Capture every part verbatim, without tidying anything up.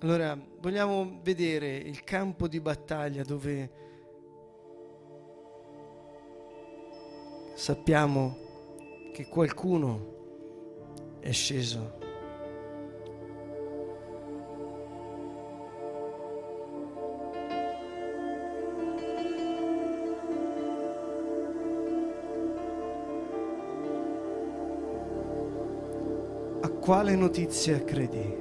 Allora, vogliamo vedere il campo di battaglia dove sappiamo che qualcuno è sceso. A quale notizia credi?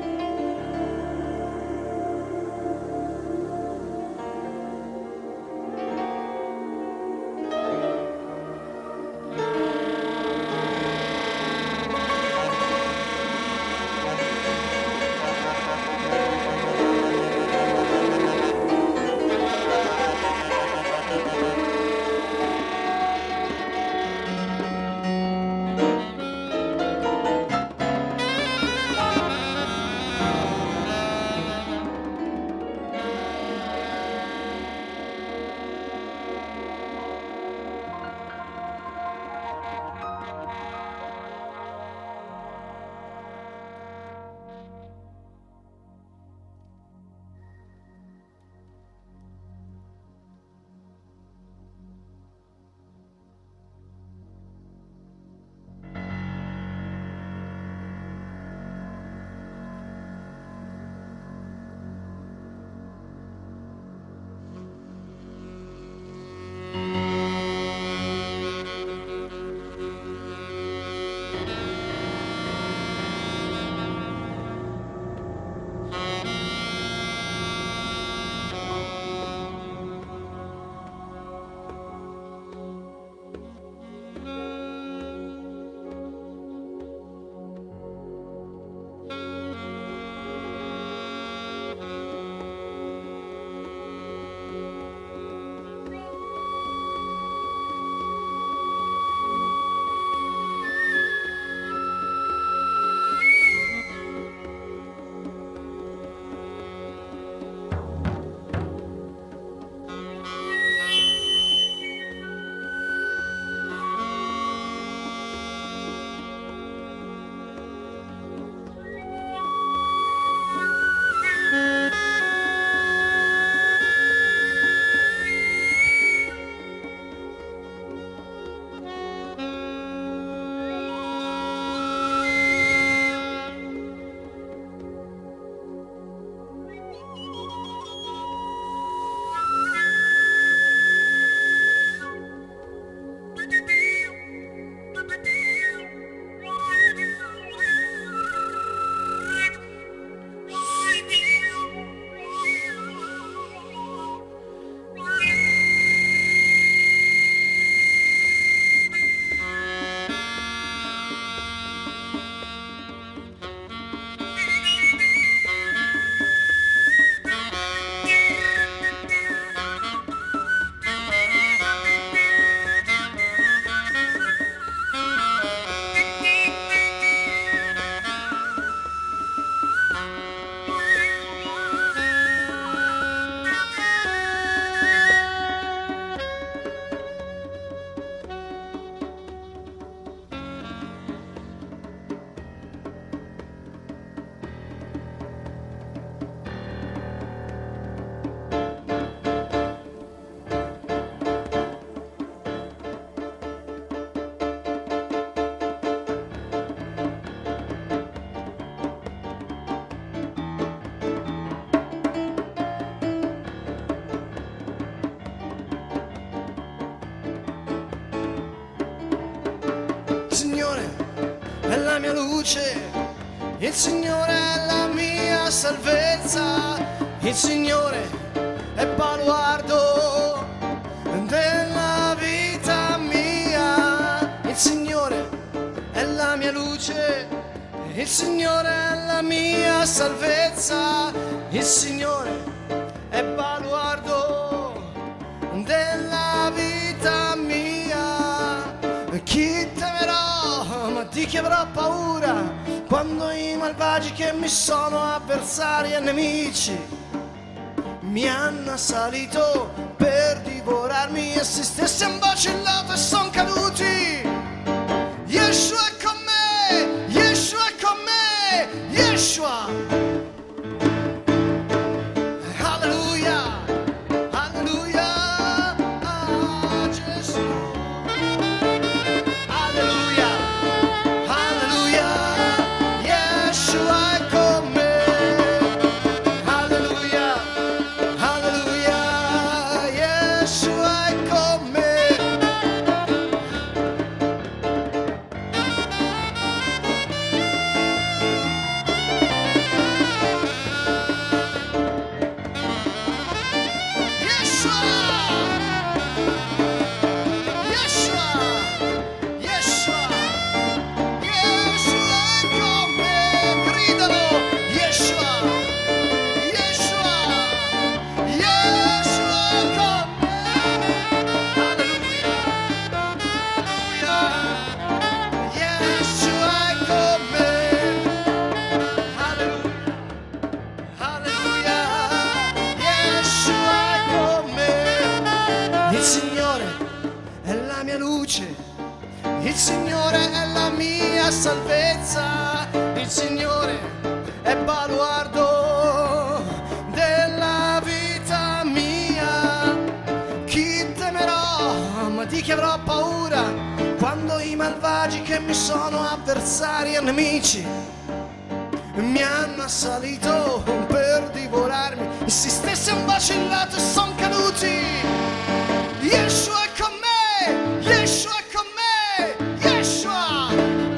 la mia luce, il Signore è la mia salvezza, il Signore è baluardo della vita mia, il Signore è la mia luce, il Signore è la mia salvezza, il Signore è baluardo della vita mia. Chi temerò, ma di chi avrò paura, quando i malvagi che mi sono avversari e nemici mi hanno assalito per divorarmi, essi stessi han vacillato e son caduti. Yeshua è con me, Yeshua è con me, Yeshua luce, il Signore è la mia salvezza, il Signore è baluardo della vita mia. Chi temerò, ma di chi avrò paura, quando i malvagi che mi sono avversari e nemici mi hanno assalito per divorarmi, e si stessi han vacillato e son caduti. Yeshua è con me, Yeshua è con me, Yeshua.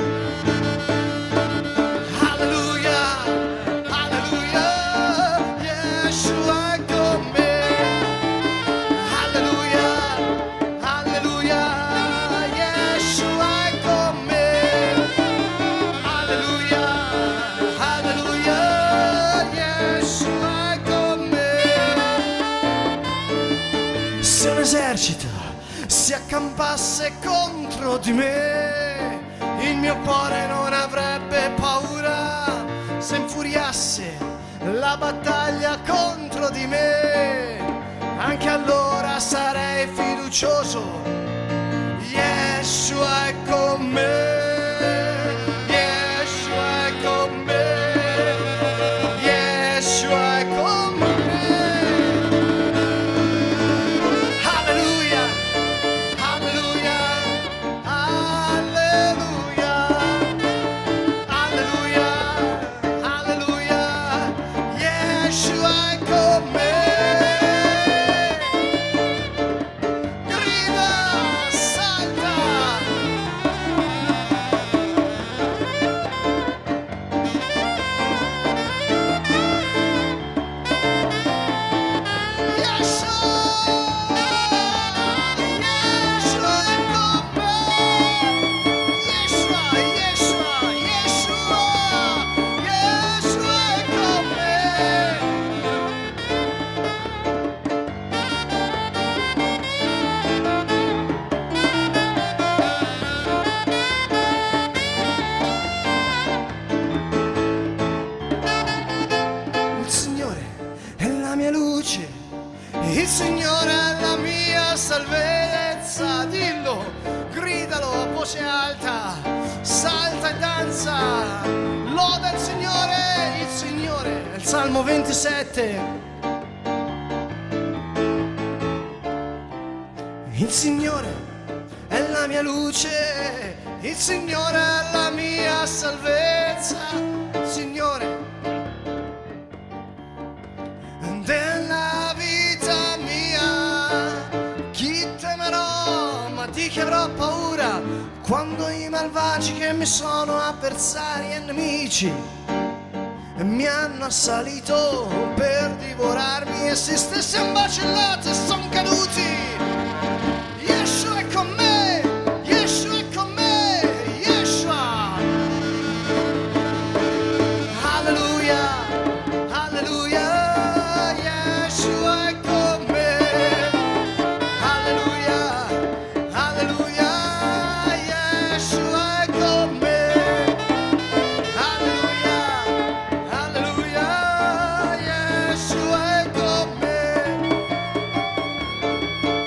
Alleluia, alleluia, Yeshua è con me. Alleluia, alleluia, Yeshua è con me. Alleluia, alleluia, Yeshua è con me. Se un esercito si accampasse contro di me, il mio cuore non avrebbe paura. Se infuriasse la battaglia contro di me, anche allora sarei fiducioso. Yeshua è con me, Yeshua è con me, Yeshua è con me. Alleluia, alleluia, alleluia, alleluia, alleluia, Yeshua è con me. Grida, salta. Il Signore è la mia luce, il Signore è la mia salvezza. Dillo, gridalo a voce alta, salta e danza, loda il Signore, il Signore. È il Salmo ventisette. Il Signore è la mia luce, il Signore è la mia salvezza, il Signore della vita mia. Chi temerò, ma di chi avrò paura, quando i malvagi che mi sono avversari e nemici mi hanno assalito per divorarmi, e se stessi han vacillato e son caduti. Yeshua è con me, Yeshua è con me, Yeshua. Alleluia, alleluia, Yeshua è con me. Alleluia, alleluia, Yeshua è con me. Alleluia, alleluia, Yeshua è con me.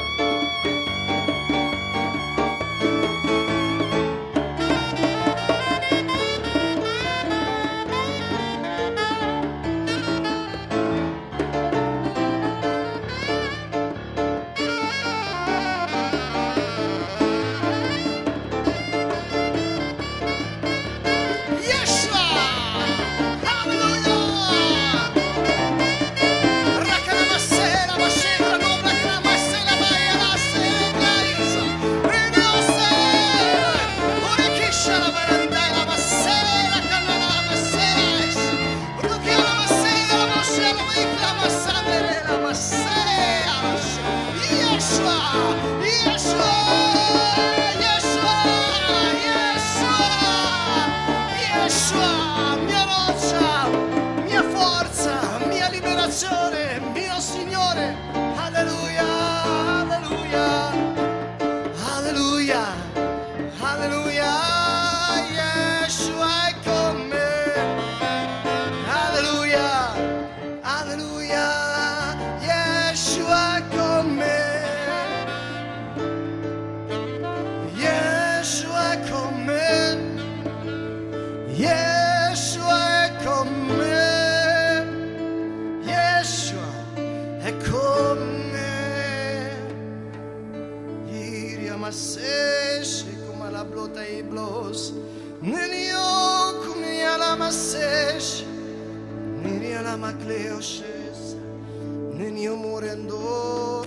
blos nenio kumi ala masesh nini ala makleoshes nenio morendo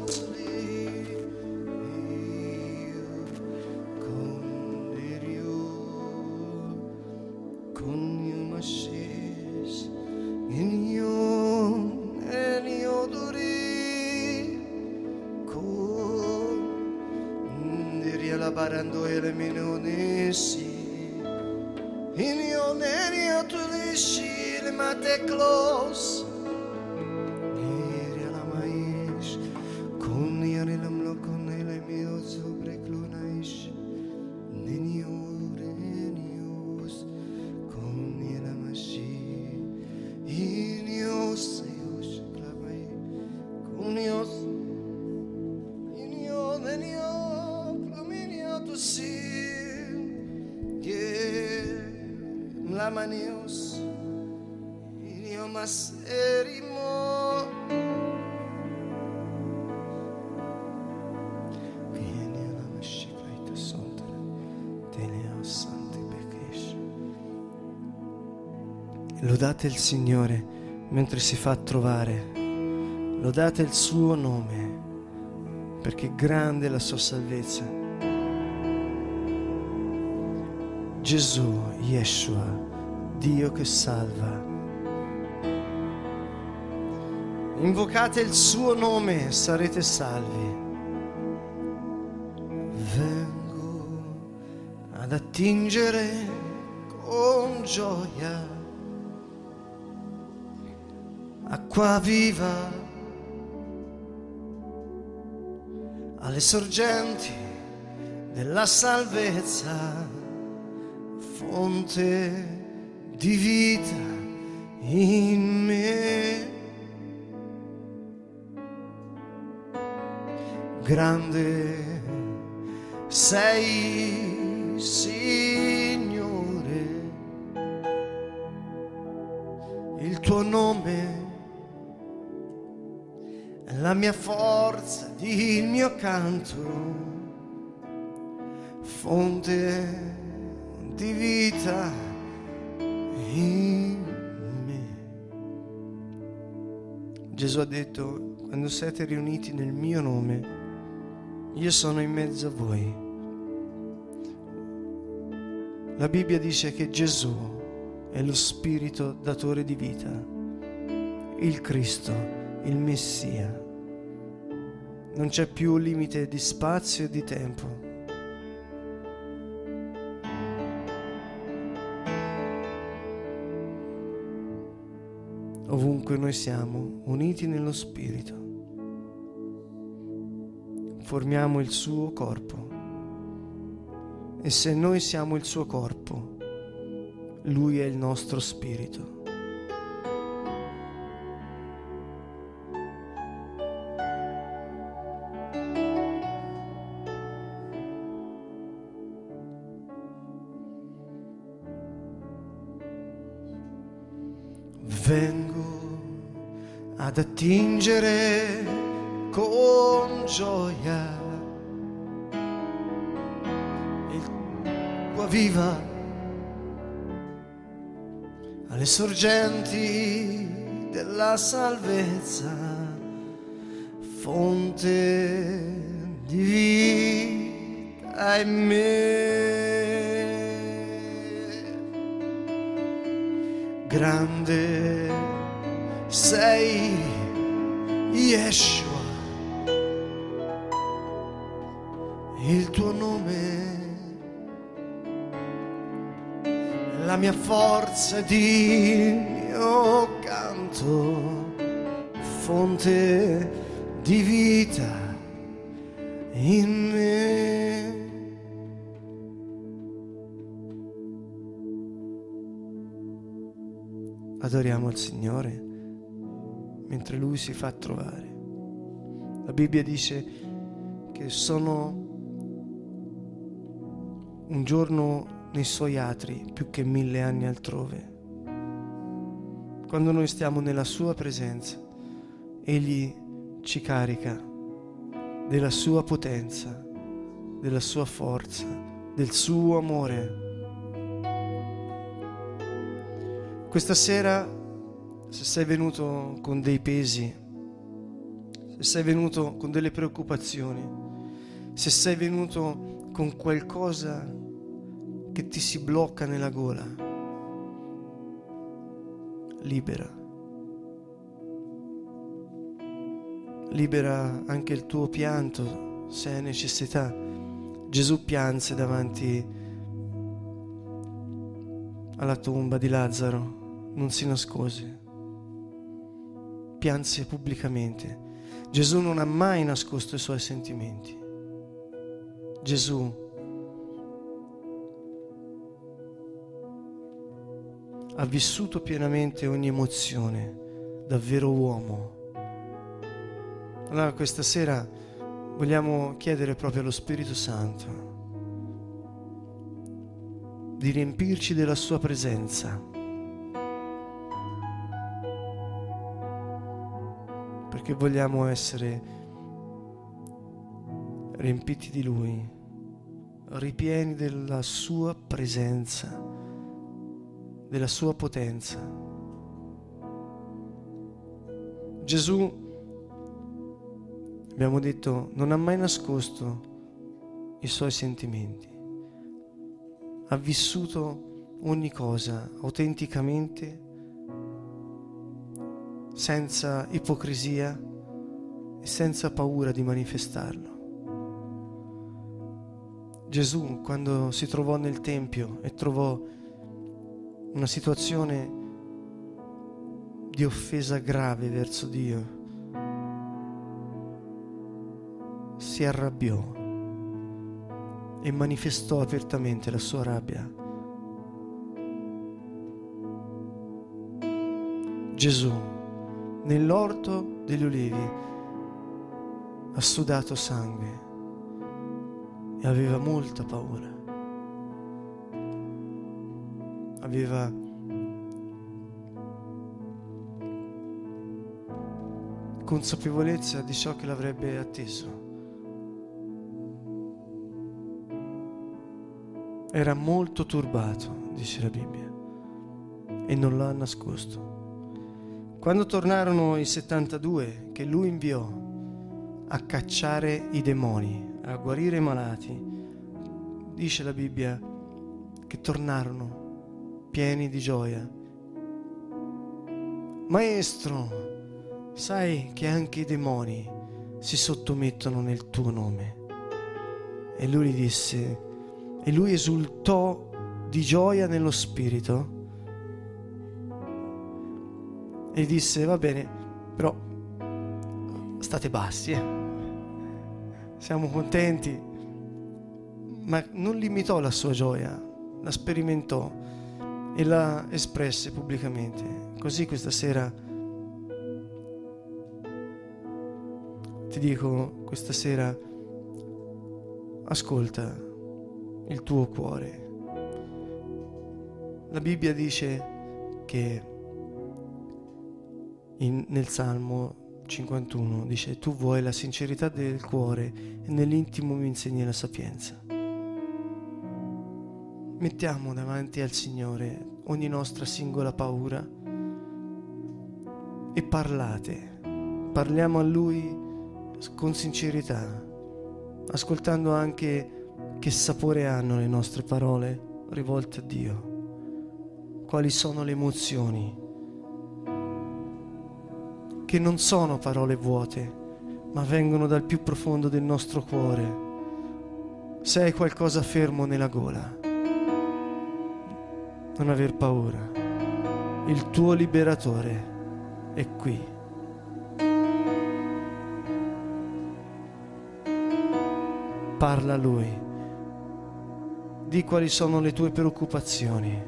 con derio con io mashes nenio nenio duri con deria la barando ele minonesi inio nenio tulishi le mate close neria la mais con iare la mlo con ele mio sobre clonaish nenio renios con iela mashi inio seus clavai con ios inio nenio pluminio tu sin yeah la manios inio mas erimo vieni la mashikaita sontra teneo santi bekesh. Lodate il Signore mentre si fa trovare, lodate il suo nome perché grande è la sua salvezza. Gesù, Yeshua, Dio che salva. Invocate il suo nome, sarete salvi. Vengo ad attingere con gioia acqua viva alle sorgenti della salvezza, fonte di vita in me. Grande sei, Signore, il tuo nome è la mia forza, il mio canto, fonte di vita in me. Gesù ha detto: quando siete riuniti nel mio nome, io sono in mezzo a voi. La Bibbia dice che Gesù è lo Spirito datore di vita, il Cristo, il Messia. Non c'è più limite di spazio e di tempo. Ovunque noi siamo uniti nello Spirito, formiamo il suo corpo, e se noi siamo il suo corpo, lui è il nostro spirito. Vengo ad attingere con gioia l'acqua viva alle sorgenti della salvezza, fonte di vita in me. Grande sei, Yeshua, il tuo nome, la mia forza ed il mio canto, fonte di vita in me. Adoriamo il Signore mentre Lui si fa trovare. La Bibbia dice che sono un giorno nei Suoi atri più che mille anni altrove. Quando noi stiamo nella Sua presenza, Egli ci carica della Sua potenza, della Sua forza, del suo amore. Questa sera, se sei venuto con dei pesi, se sei venuto con delle preoccupazioni, se sei venuto con qualcosa che ti si blocca nella gola, libera. Libera anche il tuo pianto, se hai necessità. Gesù pianse davanti alla tomba di Lazzaro, non si nascose, pianse pubblicamente. Gesù non ha mai nascosto i suoi sentimenti. Gesù ha vissuto pienamente ogni emozione da vero uomo. Allora questa sera vogliamo chiedere proprio allo Spirito Santo di riempirci della sua presenza, perché vogliamo essere riempiti di Lui, ripieni della sua presenza, della sua potenza. Gesù, abbiamo detto, non ha mai nascosto i suoi sentimenti, ha vissuto ogni cosa autenticamente, senza ipocrisia e senza paura di manifestarlo. Gesù, quando si trovò nel Tempio e trovò una situazione di offesa grave verso Dio, si arrabbiò e manifestò apertamente la sua rabbia. Gesù, nell'orto degli ulivi, ha sudato sangue e aveva molta paura. Aveva consapevolezza di ciò che l'avrebbe atteso. Era molto turbato, dice la Bibbia, e non l'ha nascosto. Quando tornarono i settantadue che lui inviò a cacciare i demoni, a guarire i malati, dice la Bibbia che tornarono pieni di gioia. Maestro, sai che anche i demoni si sottomettono nel tuo nome? E lui gli disse, e lui esultò di gioia nello spirito e disse, va bene, però state bassi, eh? Siamo contenti. Ma non limitò la sua gioia, la sperimentò e la espresse pubblicamente. Così questa sera ti dico, questa sera ascolta il tuo cuore. La Bibbia dice che In, nel Salmo cinquantuno dice, tu vuoi la sincerità del cuore e nell'intimo mi insegni la sapienza. Mettiamo davanti al Signore ogni nostra singola paura e parlate, parliamo a Lui con sincerità, ascoltando anche che sapore hanno le nostre parole rivolte a Dio, quali sono le emozioni, che non sono parole vuote, ma vengono dal più profondo del nostro cuore. Se hai qualcosa fermo nella gola, non aver paura, il tuo liberatore è qui. Parla a Lui, di quali sono le tue preoccupazioni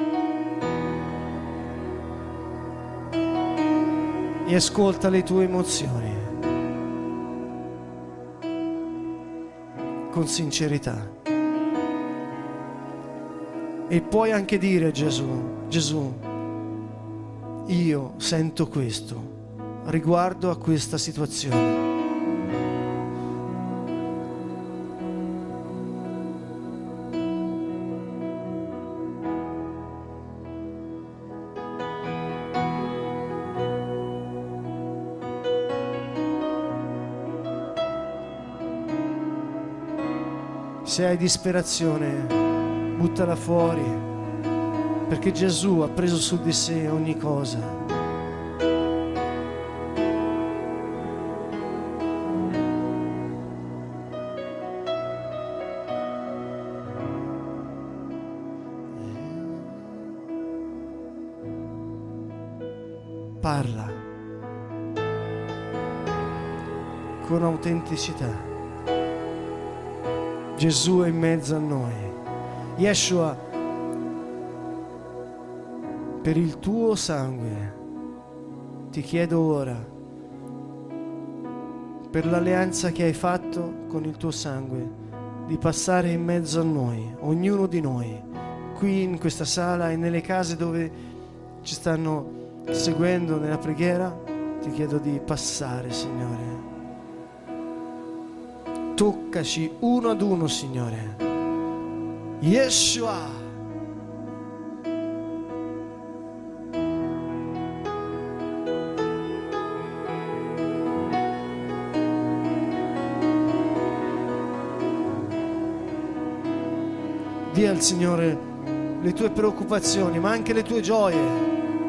e ascolta le tue emozioni con sincerità. E puoi anche dire a Gesù, Gesù, io sento questo riguardo a questa situazione. Se hai disperazione, buttala fuori, perché Gesù ha preso su di sé ogni cosa. Parla con autenticità. Gesù è in mezzo a noi. Yeshua, per il tuo sangue ti chiedo ora, per l'alleanza che hai fatto con il tuo sangue, di passare in mezzo a noi, ognuno di noi, qui in questa sala e nelle case dove ci stanno seguendo nella preghiera. Ti chiedo di passare, Signore. Toccaci uno ad uno, Signore. Yeshua. Dì al Signore le tue preoccupazioni, ma anche le tue gioie.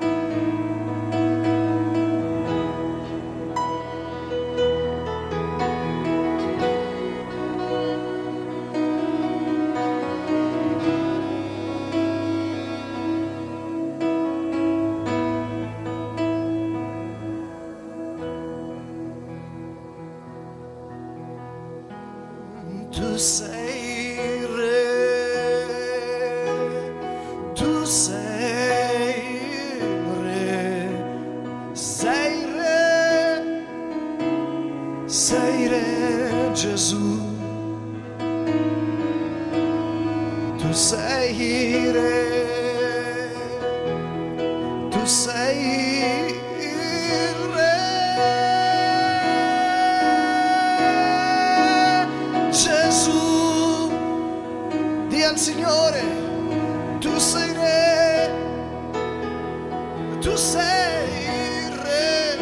Tu sei re, tu sei re, sei re, sei re Gesù. Tu sei re, tu sei re. Al Signore, tu sei re, tu sei re,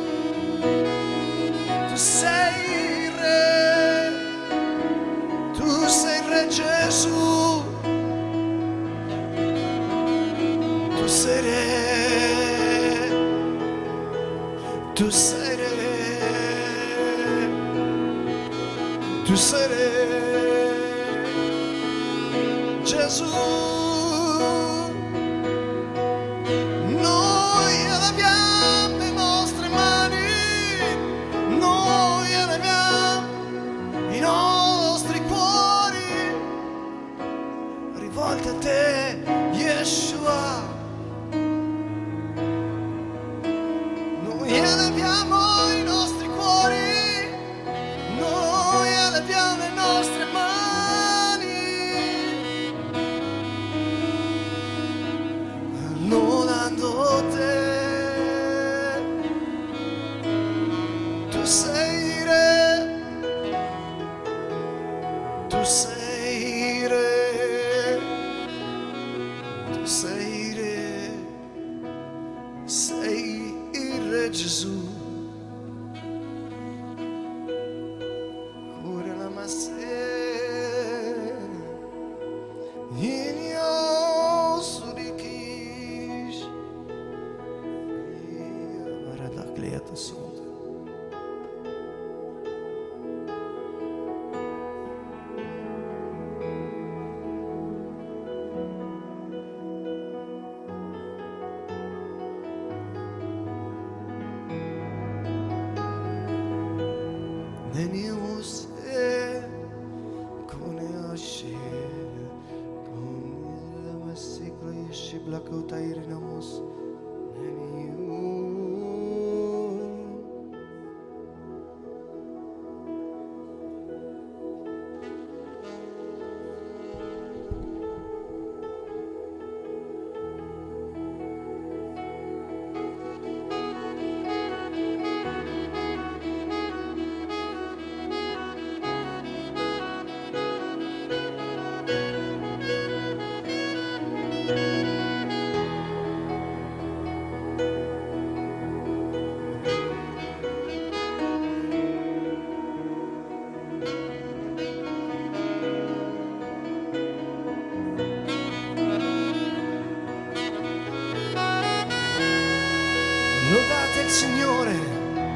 tu sei re, tu sei re Gesù, tu sei re, tu sei re, tu sei re. Gesù, noi eleviamo le nostre mani, noi eleviamo i nostri cuori rivolti a te, Yeshua. Noi eleviamo i nostri cuori, noi eleviamo le nostre mani. Te, tu sei re, tu sei re, tu sei re, sei il re Gesù. Cura la massa in io surikish. Leta sonda. Neni ose kone ashe kone la masiklo yeshi blakota irinamos neni. Signore.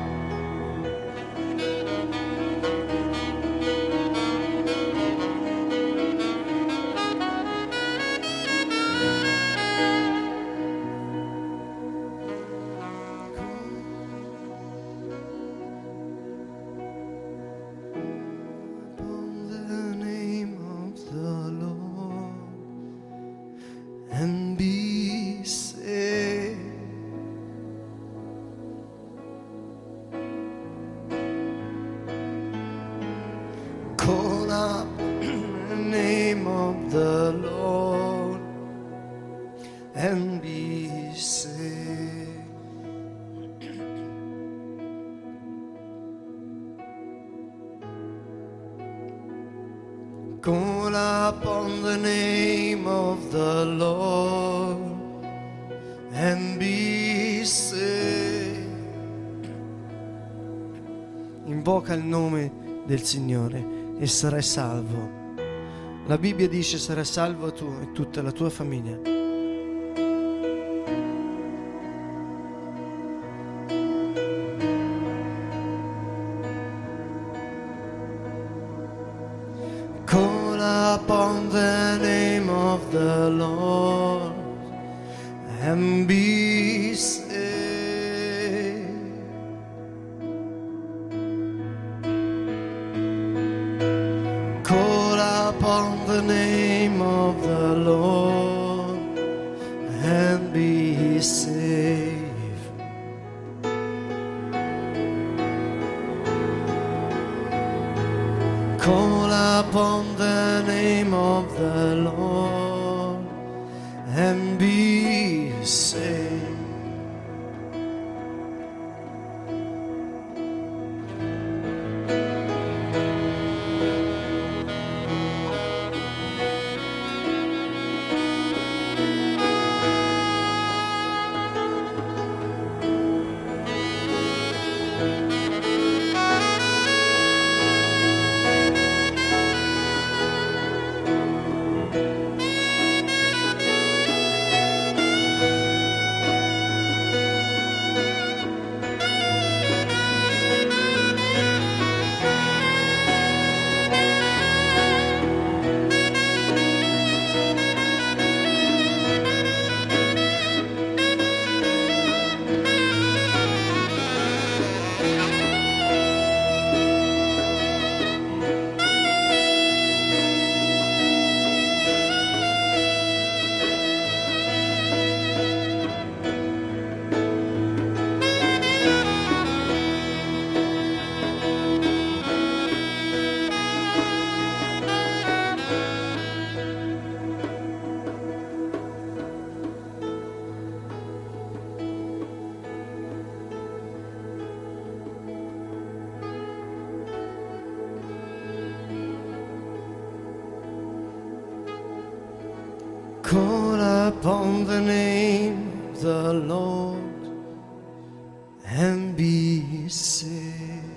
Call up the name of the Lord and be saved. Call upon the name of the Lord and be saved. Invoca il nome del Signore e sarai salvo. La Bibbia dice: sarai salvo tu e tutta la tua famiglia. Call upon the name of the Lord and be saved. Upon the name of the Lord and be saved. Call upon the name of the Lord and be saved. Call upon the name of the Lord and be saved.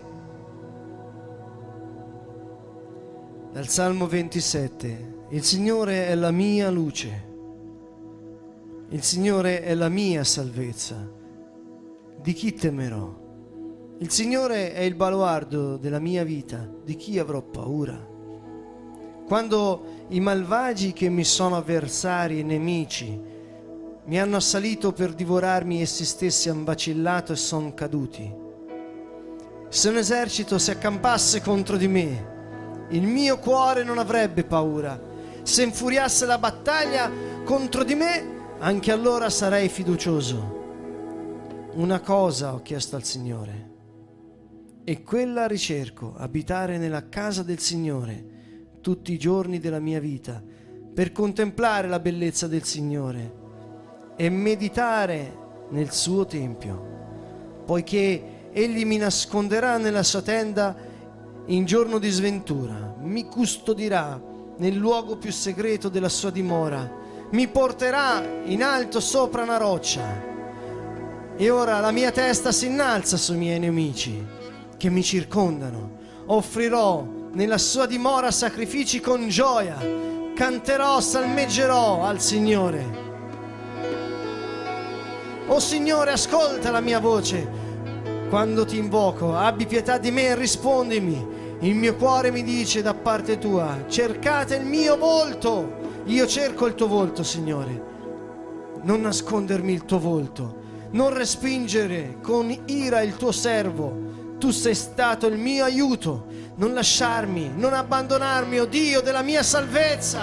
Dal Salmo ventisette: il Signore è la mia luce, il Signore è la mia salvezza, di chi temerò? Il Signore è il baluardo della mia vita, di chi avrò paura? Quando i malvagi che mi sono avversari e nemici mi hanno assalito per divorarmi, essi stessi han vacillato e son caduti. Se un esercito si accampasse contro di me, il mio cuore non avrebbe paura. Se infuriasse la battaglia contro di me, anche allora sarei fiducioso. Una cosa ho chiesto al Signore, e quella ricerco: abitare nella casa del Signore tutti i giorni della mia vita, per contemplare la bellezza del Signore e meditare nel suo tempio, poiché Egli mi nasconderà nella sua tenda in giorno di sventura, mi custodirà nel luogo più segreto della sua dimora, mi porterà in alto sopra una roccia. E ora la mia testa si innalza sui miei nemici che mi circondano. Offrirò nella sua dimora sacrifici con gioia, canterò, salmeggerò al Signore. O Signore, ascolta la mia voce, Quando ti invoco, abbi pietà di me e rispondimi. Il mio cuore mi dice da parte tua, cercate il mio volto. Io cerco il tuo volto, Signore. Non nascondermi il tuo volto, non respingere con ira il tuo servo. Tu sei stato il mio aiuto. Non lasciarmi, non abbandonarmi, oh Dio della mia salvezza.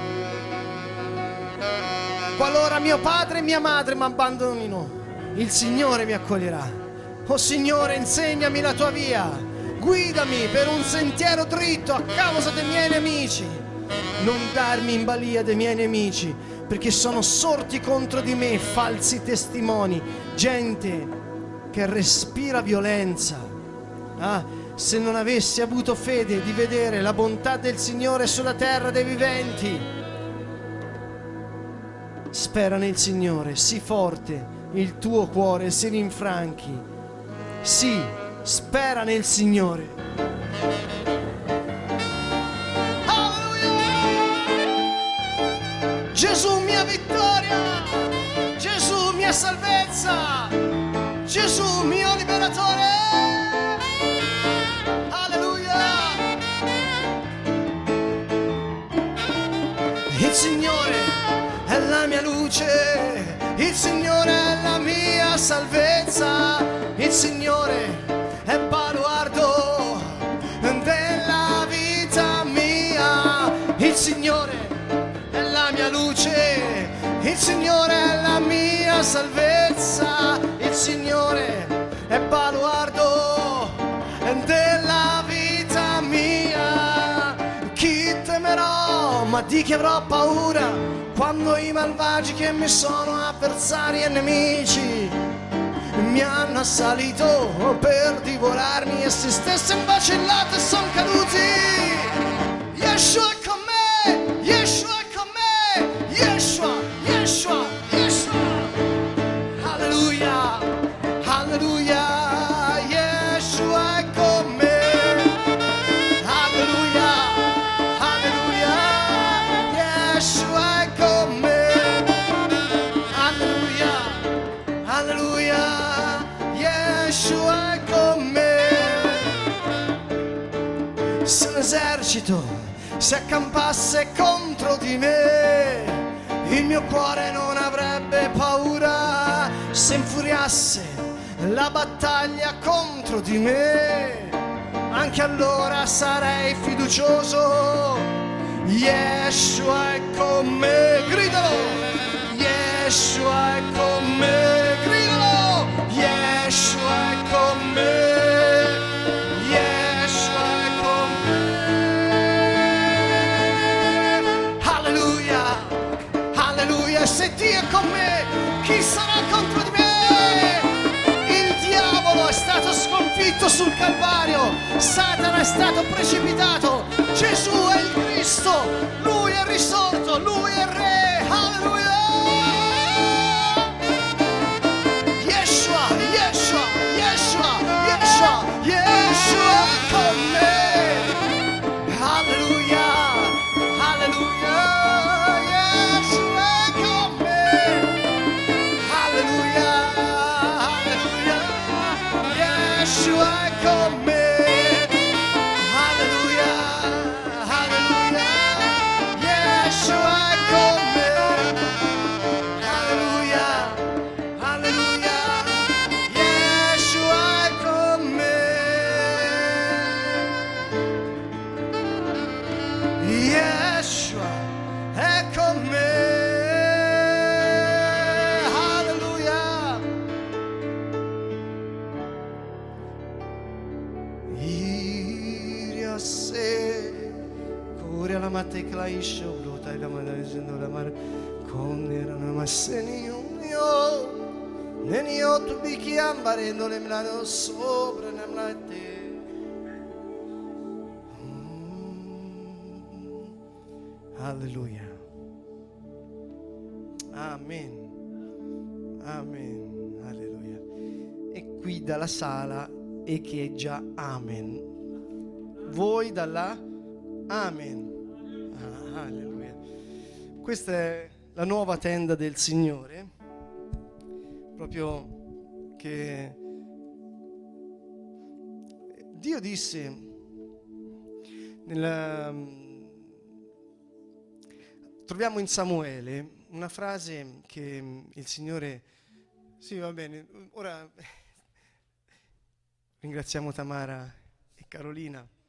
Qualora mio padre e mia madre mi abbandonino, il Signore mi accoglierà. Oh Signore, insegnami la tua via. Guidami per un sentiero dritto a causa dei miei nemici. Non darmi in balia dei miei nemici, perché sono sorti contro di me falsi testimoni, gente che respira violenza. Ah, se non avessi avuto fede di vedere la bontà del Signore sulla terra dei viventi. Spera nel Signore, sii forte, il tuo cuore si rinfranchi. Sì, spera nel Signore. Gesù mia vittoria, Gesù mia salvezza, Gesù mio liberatore. Alleluia. Il Signore è la mia luce, il Signore è la mia salvezza, il Signore è baluardo della vita mia, il Signore la mia luce, il Signore è la mia salvezza, il Signore è baluardo della vita mia. Chi temerò, ma di chi avrò paura, quando i malvagi che mi sono avversari e nemici mi hanno assalito per divorarmi e se stessi vacillati e son caduti. Yeshua è con me, Yeshua è con me, Yeshua, Yeshua, Yeshua. Alleluia, alleluia, Yeshua è con me. Alleluia, alleluia, Yeshua è con me. Alleluia, alleluia, Yeshua è con me. Se l'esercito si accampasse contro di me, il mio cuore non avrebbe paura. Se infuriasse la battaglia contro di me, anche allora sarei fiducioso. Yeshua è con me, gridalo. Yeshua è con me, gridalo. Yeshua è con me. Se Dio è con me, chi sarà contro di me? Il diavolo è stato sconfitto sul Calvario, Satana è stato precipitato, Gesù è il Cristo, Lui è risorto, Lui è il Re, alleluia! Yeshua, Yeshua, Yeshua, Yeshua, Yeshua è con me, alleluia, alleluia! Yeshua è con me, alleluia, alleluia, Yeshua è con me, alleluia, alleluia, Yeshua è con me, Yeshua è con me. La matte claisce brutta e la madre dicendo la mare con era una masseni io neni io tu bicchi ambarendo le mlano sopra le mlate. Alleluia, amen, amen, alleluia. E qui dalla sala echeggia amen, voi da là amen. Ah, alleluia. Questa è la nuova tenda del Signore, proprio che Dio disse, nella, troviamo in Samuele una frase che il Signore, sì va bene, ora ringraziamo Tamara e Carolina.